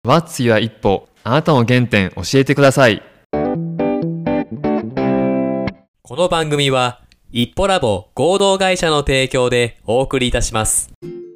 What's your 一歩、あなたの原点教えてください。 この番組は一歩ラボ合同会社の提供でお送りいたします。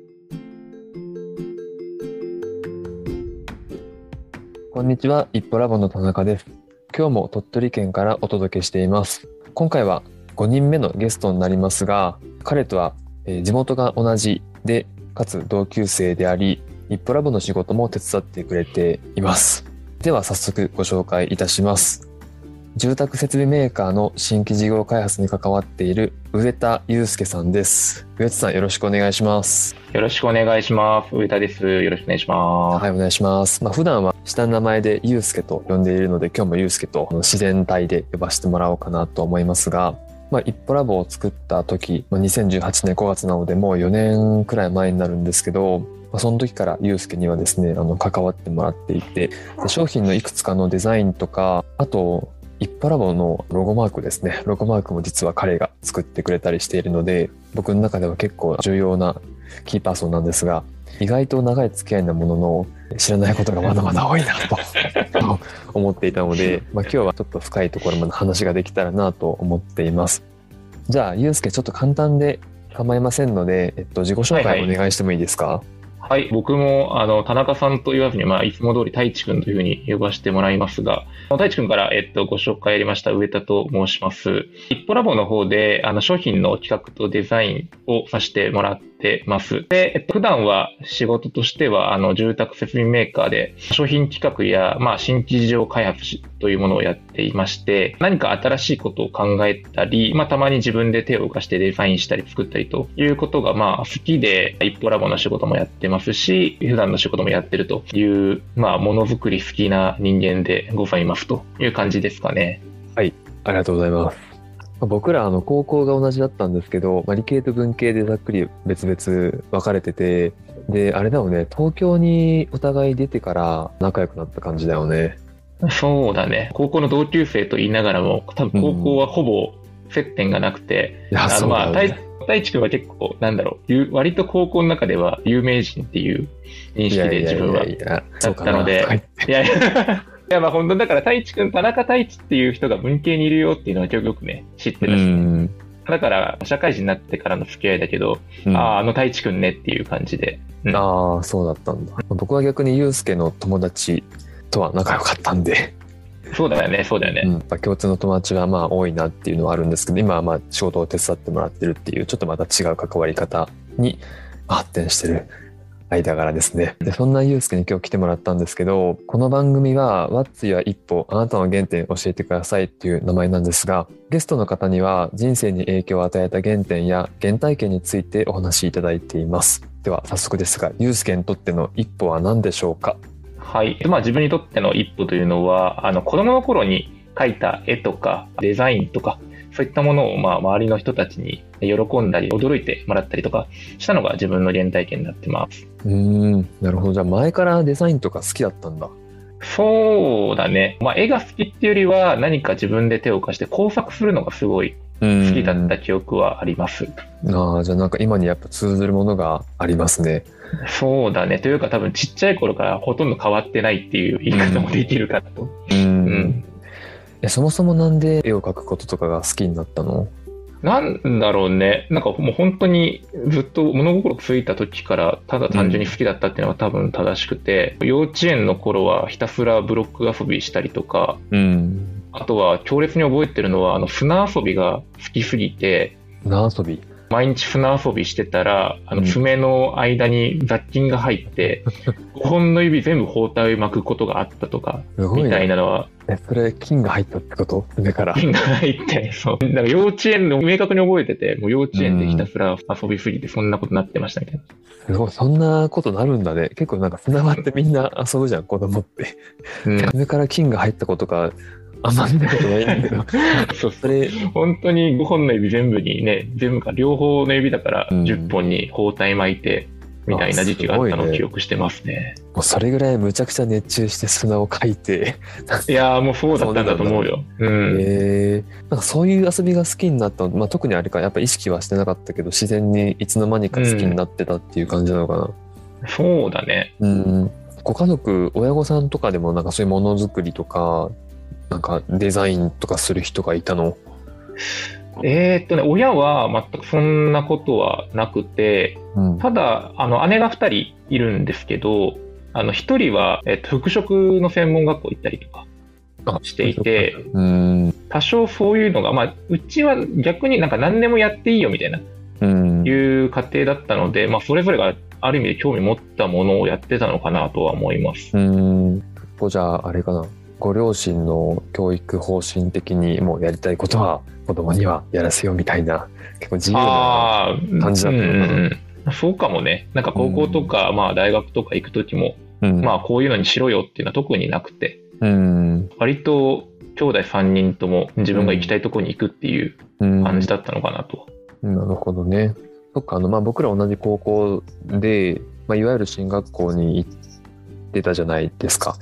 こんにちは、一歩ラボの田中です。今日も鳥取県からお届けしています。今回は5人目のゲストになりますが、彼とは地元が同じで、かつ同級生であり、一歩ラボの仕事も手伝ってくれています。では早速ご紹介いたします。住宅設備メーカーの新規事業開発に関わっている上田祐介さんです。上田さん、よろしくお願いします。 よろしくお願いします。上田です。よろしくお願いします。 はい、お願いします。普段は下の名前で祐介と呼んでいるので、今日も祐介と自然体で呼ばせてもらおうかなと思いますが、一歩ラボを作った時、2018年5月なのでもう4年くらい前になるんですけど、その時から祐介にはですね、関わってもらっていて、商品のいくつかのデザインとか、あと一歩ラボのロゴマークですね。ロゴマークも実は彼が作ってくれたりしているので、僕の中では結構重要なキーパーソンなんですが、意外と長い付き合いなものの知らないことがまだまだ多いなと思っていたので、今日はちょっと深いところまで話ができたらなと思っています。じゃあ祐介、ちょっと簡単で構いませんので、自己紹介お願いしてもいいですか？ はい、僕も田中さんと言わずに、いつも通り太一くんというふうに呼ばせてもらいますが、太一くんから、ご紹介ありました上田と申します。一歩ラボの方で商品の企画とデザインをさせてもらってます。で、普段は仕事としては住宅設備メーカーで商品企画や、新規事業開発というものをやっていまして、何か新しいことを考えたり、たまに自分で手を動かしてデザインしたり作ったりということが好きで、一歩ラボの仕事もやってますし、普段の仕事もやってるという、ものづくり好きな人間でございますという感じですかね。 はい、ありがとうございます。僕ら高校が同じだったんですけど、理系と文系でざっくり別々分かれてて、で、あれだよね、東京にお互い出てから仲良くなった感じだよね。 そうだね。高校の同級生と言いながらも、多分高校はほぼ接点がなくて、太一くんは結構、割と高校の中では有名人っていう認識で自分はだったので、本当だから太一くん、田中太一っていう人が文系にいるよっていうのはよくね、知ってたし、だから社会人になってからの付き合いだけど、太一くんねっていう感じで。 そうだったんだ。僕は逆に祐介の友達とは仲良かったんで。 そうだよね。 共通の友達は多いなっていうのはあるんですけど、今は仕事を手伝ってもらってるっていう、ちょっとまた違う関わり方に発展してる間柄ですね。で、そんな祐介に今日来てもらったんですけど、この番組は What's your 一歩、あなたの原点教えてくださいっていう名前なんですが、ゲストの方には人生に影響を与えた原点や原体験についてお話しいただいています。では早速ですが、祐介にとっての一歩は何でしょうか？ はい。自分にとっての一歩というのは、子供の頃に描いた絵とかデザインとか、そういったものを周りの人たちに喜んだり驚いてもらったりとかしたのが自分の原体験になってます。 なるほど。じゃあ前からデザインとか好きだったんだ。 そうだね。絵が好きっていうよりは何か自分で手を貸して工作するのがすごい好きだった記憶はあります。 じゃあ今にやっぱ通ずるものがありますね。 そうだね。というか多分ちっちゃい頃からほとんど変わってないっていう言い方もできるかと。 そもそもなんで絵を描くこととかが好きになったの？ なんだろうね。もう本当にずっと物心ついた時からただ単純に好きだったっていうのが多分正しくて、幼稚園の頃はひたすらブロック遊びしたりとか、あとは強烈に覚えてるのは船遊びが好きすぎて、 船遊び？ 毎日船遊びしてたら爪の間に雑菌が入って5本の指全部包帯を巻くことがあったとかみたいなのは。 それ菌が入ったってこと？爪から菌が入って、そうだから幼稚園の明確に覚えてて、もう幼稚園でひたすら遊びすぎてそんなことになってましたみたいな。 すごい、そんなことなるんだね。結構砂場ってみんな遊ぶじゃん、子供って。爪から菌が入ったことかあんま見たことないんだけどそれ本当に5本の指全部にね、全部か両方の指だから10本に包帯巻いてみたいな時期があったのを記憶してますね。 もうそれぐらいむちゃくちゃ熱中して砂を描いていやーもうそうだったんだと思うよ。 そういう遊びが好きになったの、特にあれか、やっぱ意識はしてなかったけど自然にいつの間にか好きになってたっていう感じなのかな。 そうだね。 ご家族、親御さんとかでもなんかそういうものづくりとか、なんかデザインとかする人がいたの？ 親は全くそんなことはなくて、ただ、姉が2人いるんですけど、1人は、服飾の専門学校行ったりとかしていて、多少そういうのが、うちは逆になんか何でもやっていいよみたいな、いう家庭だったので、それぞれがある意味で興味持ったものをやってたのかなとは思います。 じゃあ、あれかな。ご両親の教育方針的にもうやりたいことは子供にはやらせようみたいな、結構自由な感じだったのかな。 そうかもね。なんか高校とか、大学とか行くときも、こういうのにしろよっていうのは特になくて、割と兄弟3人とも自分が行きたいところに行くっていう感じだったのかなと。 なるほどね。そっか、僕ら同じ高校で、いわゆる進学校に行ってたじゃないですか。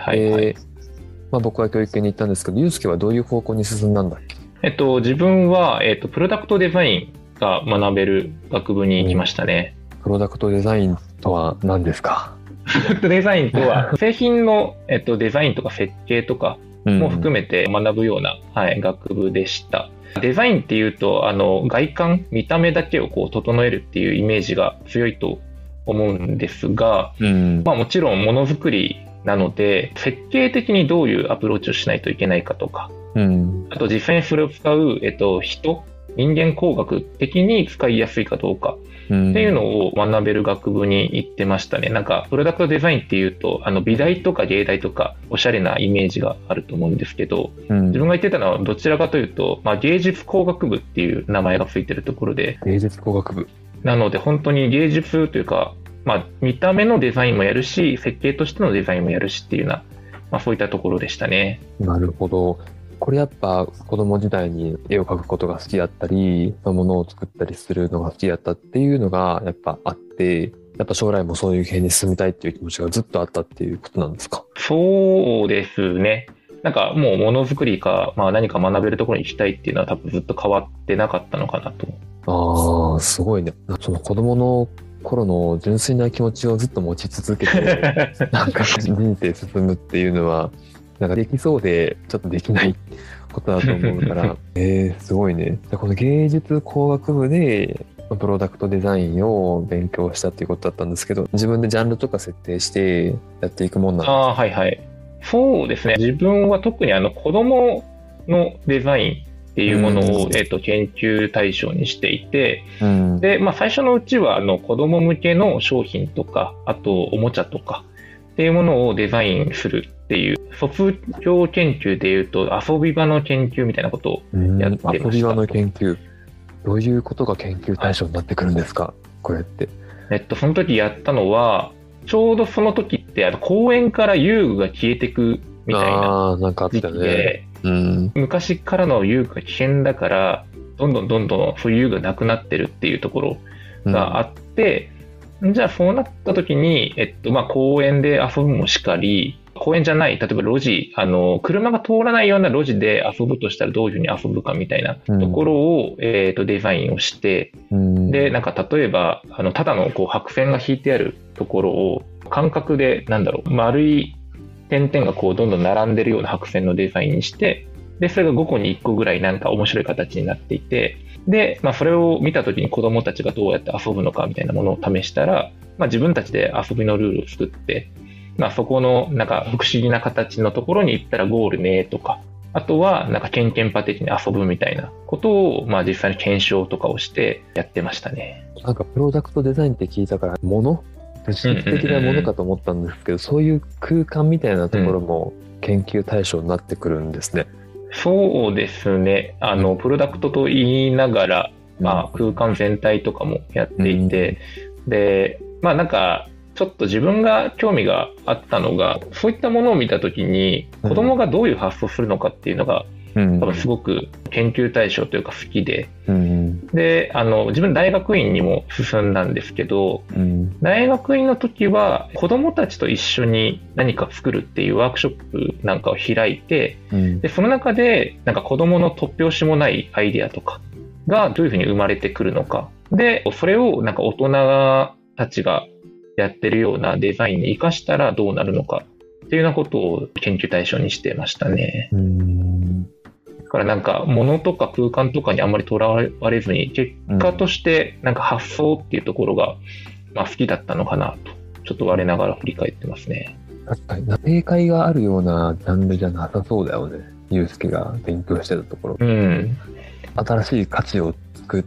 僕は教育系に行ったんですけど、ゆうすけはどういう方向に進んだんだっけ？ 自分は、プロダクトデザインが学べる学部に行きましたね。 プロダクトデザインとは何ですか？ プロダクトデザインとは、製品の、デザインとか設計とかも含めて学ぶような、学部でした。デザインっていうと、外観、見た目だけをこう整えるっていうイメージが強いと思うんですが、もちろんものづくりなので、設計的にどういうアプローチをしないといけないかとか、あと実際にそれを使う、人間工学的に使いやすいかどうかっていうのを学べる学部に行ってましたね。なんかプロダクトデザインっていうと美大とか芸大とかおしゃれなイメージがあると思うんですけど、自分が言ってたのはどちらかというと、芸術工学部っていう名前がついてるところで、 芸術工学部なので本当に芸術というか、見た目のデザインもやるし、設計としてのデザインもやるしっていうような、そういったところでしたね。なるほど。これやっぱ子供時代に絵を描くことが好きだったり、物を作ったりするのが好きだったっていうのがやっぱあって、やっぱ将来もそういう系に進みたいっていう気持ちがずっとあったっていうことなんですか？ そうですね。なんかもうものづくりか、何か学べるところに行きたいっていうのは多分ずっと変わってなかったのかなと。 すごいね。その子供の頃の純粋な気持ちをずっと持ち続けてなんか人生進むっていうのはなんかできそうでちょっとできないことだと思うからすごいね。この芸術工学部でプロダクトデザインを勉強したっていうことだったんですけど、自分でジャンルとか設定してやっていくもんなんですか？ そうですね。自分は特に子供のデザインっていうものを、研究対象にしていて、で、最初のうちは子供向けの商品とか、あとおもちゃとかっていうものをデザインするっていう、卒業研究でいうと遊び場の研究みたいなことをやってました。 遊び場の研究、どういうことが研究対象になってくるんですか、これって？ その時やったのは、ちょうどその時って公園から遊具が消えてくみたいな時期で、昔からの遊具が危険だからどんどんそういう遊具がなくなってるっていうところがあって、じゃあそうなった時に、公園で遊ぶもしかり、公園じゃない、例えば路地、車が通らないような路地で遊ぶとしたらどういうふうに遊ぶかみたいなところを、デザインをして、で、なんか例えば、ただの白線が引いてあるところを感覚で、丸い点々がどんどん並んでるような白線のデザインにして、で、それが5個に1個ぐらいなんか面白い形になっていて、で、それを見たときに子供たちがどうやって遊ぶのかみたいなものを試したら、自分たちで遊びのルールを作って、そこのなんか不思議な形のところに行ったらゴールねとか、あとはなんかケンケンパ的に遊ぶみたいなことを、実際に検証とかをしてやってましたね。 なんかプロダクトデザインって聞いたから、物質的なものかと思ったんですけど、そういう空間みたいなところも研究対象になってくるんですね。 そうですね。プロダクトと言いながら、空間全体とかもやっていて、で、なんか、ちょっと自分が興味があったのが、そういったものを見たときに、子供がどういう発想するのかっていうのが、多分すごく研究対象というか好きで、で、自分大学院にも進んだんですけど、大学院の時は子供たちと一緒に何か作るっていうワークショップなんかを開いて、で、その中でなんか子供の突拍子もないアイデアとかがどういうふうに生まれてくるのか。で、それをなんか大人たちがやってるようなデザインに活かしたらどうなるのかっていうようなことを研究対象にしてましたね。だからなんか物とか空間とかにあんまりとらわれずに、結果としてなんか発想っていうところが好きだったのかなと、ちょっと我ながら振り返ってますね。 確かに正解があるようなジャンルじゃなさそうだよね。ユースケが勉強してたところ。新しい価値を作って、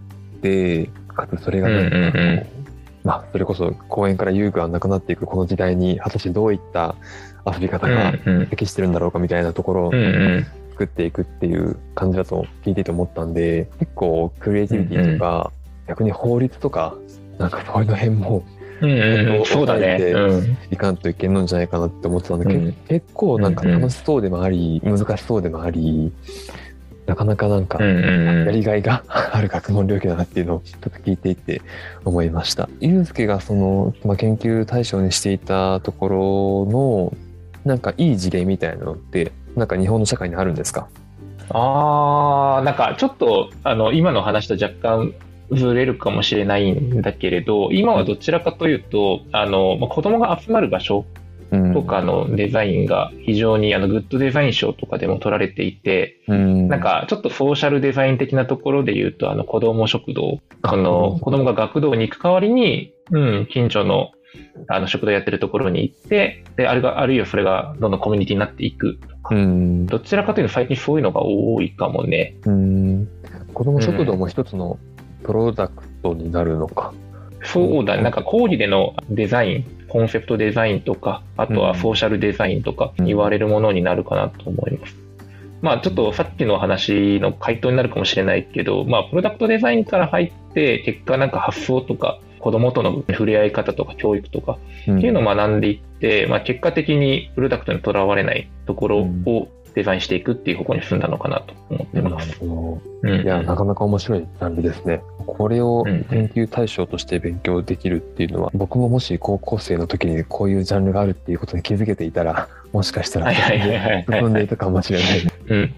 かつそれがそれこそ公園から遊具がなくなっていくこの時代に果たしてどういった遊び方が適してるんだろうかみたいなところを作っていくっていう感じだと聞いていて思ったんで、結構クリエイティビティとか、逆に法律とかなんかそういうの辺もそうだね。 いかんといけんのんじゃないかなって思ってたんで、結構なんか楽しそうでもあり、難しそうでもあり、なかなかなんかやりがいがある学問領域だなっていうのをちょっと聞いていて思いました。ユースケがその、研究対象にしていたところのなんかいい事例みたいなのってなんか日本の社会にあるんですか？ なんかちょっと今の話と若干ずれるかもしれないんだけれど、今はどちらかというと子供が集まる場所とかのデザインが非常にグッドデザイン賞とかでも取られていて、なんかちょっとソーシャルデザイン的なところで言うと子ども食堂、子供が学童に行く代わりに、近所の食堂やってるところに行って、であるいはそれがどんどんコミュニティになっていくとか、どちらかというと最近そういうのが多いかもね。 子ども食堂も一つのプロダクトになるのか。 そうだね。なんか講義でのデザイン、コンセプトデザインとか、あとはソーシャルデザインとか言われるものになるかなと思います。ちょっとさっきの話の回答になるかもしれないけど、プロダクトデザインから入って、結果なんか発想とか、子供との触れ合い方とか教育とかっていうのを学んでいって、結果的にプロダクトにとらわれないところをデザインしていくっていう方向に進んだのかなと思ってます。 いや、なかなか面白いジャンルですね。これを研究対象として勉強できるっていうのは、僕ももし高校生の時にこういうジャンルがあるっていうことに気づけていたら、もしかしたら進んでいたかもしれない。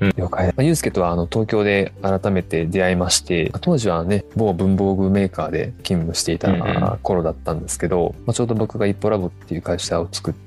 了解。ユースケとは東京で改めて出会いまして、当時はね、某文房具メーカーで勤務していた頃だったんですけど、ちょうど僕が一歩ラボっていう会社を作って、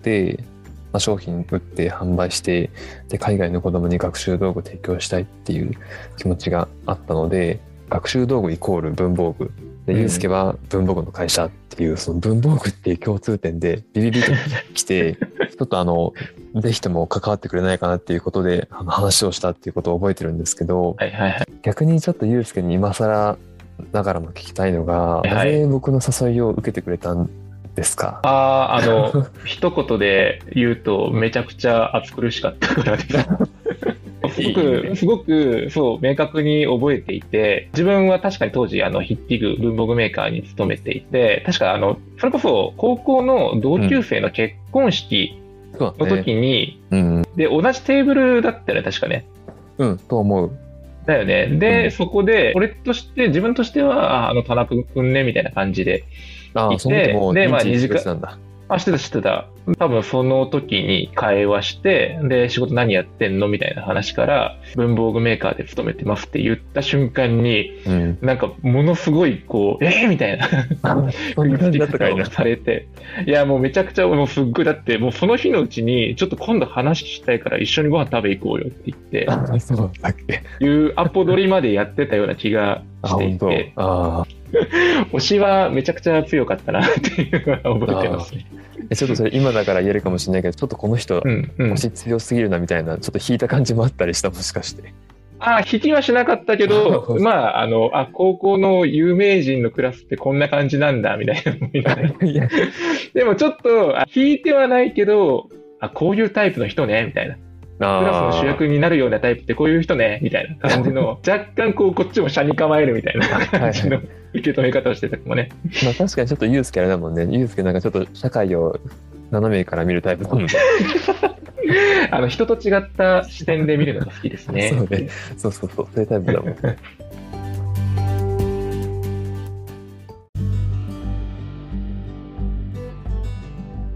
商品売って販売して、で海外の子供に学習道具を提供したいっていう気持ちがあったので、学習道具イコール文房具で、ユースケは文房具の会社っていう、その文房具っていう共通点でビビビと来てちょっとぜひとも関わってくれないかなっていうことで話をしたっていうことを覚えてるんですけど、逆にちょっとユースケに今更ながらも聞きたいのが、なぜ僕の誘いを受けてくれたんですか？ 一言で言うとめちゃくちゃ暑苦しかったからですすごくそう明確に覚えていて、自分は確かに当時ヒッティグ文房具メーカーに勤めていて、確かそれこそ高校の同級生の結婚式の時に、で同じテーブルだったよね、確かね。 と思う。 だよね。で、そこで俺として自分としては田中くんねみたいな感じでいて、で2時間してた。多分その時に会話して、で仕事何やってんのみたいな話から、文房具メーカーで勤めてますって言った瞬間に、なんかものすごいみたいな感じをされて、いやもうめちゃくちゃもうすっごい、だってもうその日のうちにちょっと今度話したいから一緒にご飯食べ行こうよって言ってそうだっけいうアポ取りまでやってたような気がしていて、推しはめちゃくちゃ強かったなっていうのは覚えてますね。 ちょっとそれ今だから言えるかもしれないけど、ちょっとこの人推し強すぎるなみたいな、ちょっと引いた感じもあったりした、もしかして。 引きはしなかったけど高校の有名人のクラスってこんな感じなんだみたいなでもちょっと引いてはないけど、こういうタイプの人ねみたいな、クラスの主役になるようなタイプってこういう人ねみたいな感じの若干こっちも車に構えるみたいな感じの受け止め方をしてたかもね。 確かにちょっとユースケあれだもんね。ユースケなんかちょっと社会を斜めから見るタイプなので人と違った視点で見るのが好きですね。 そういうタイプだもん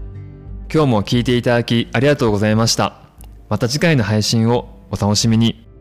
今日も聞いていただきありがとうございました。また次回の配信をお楽しみに。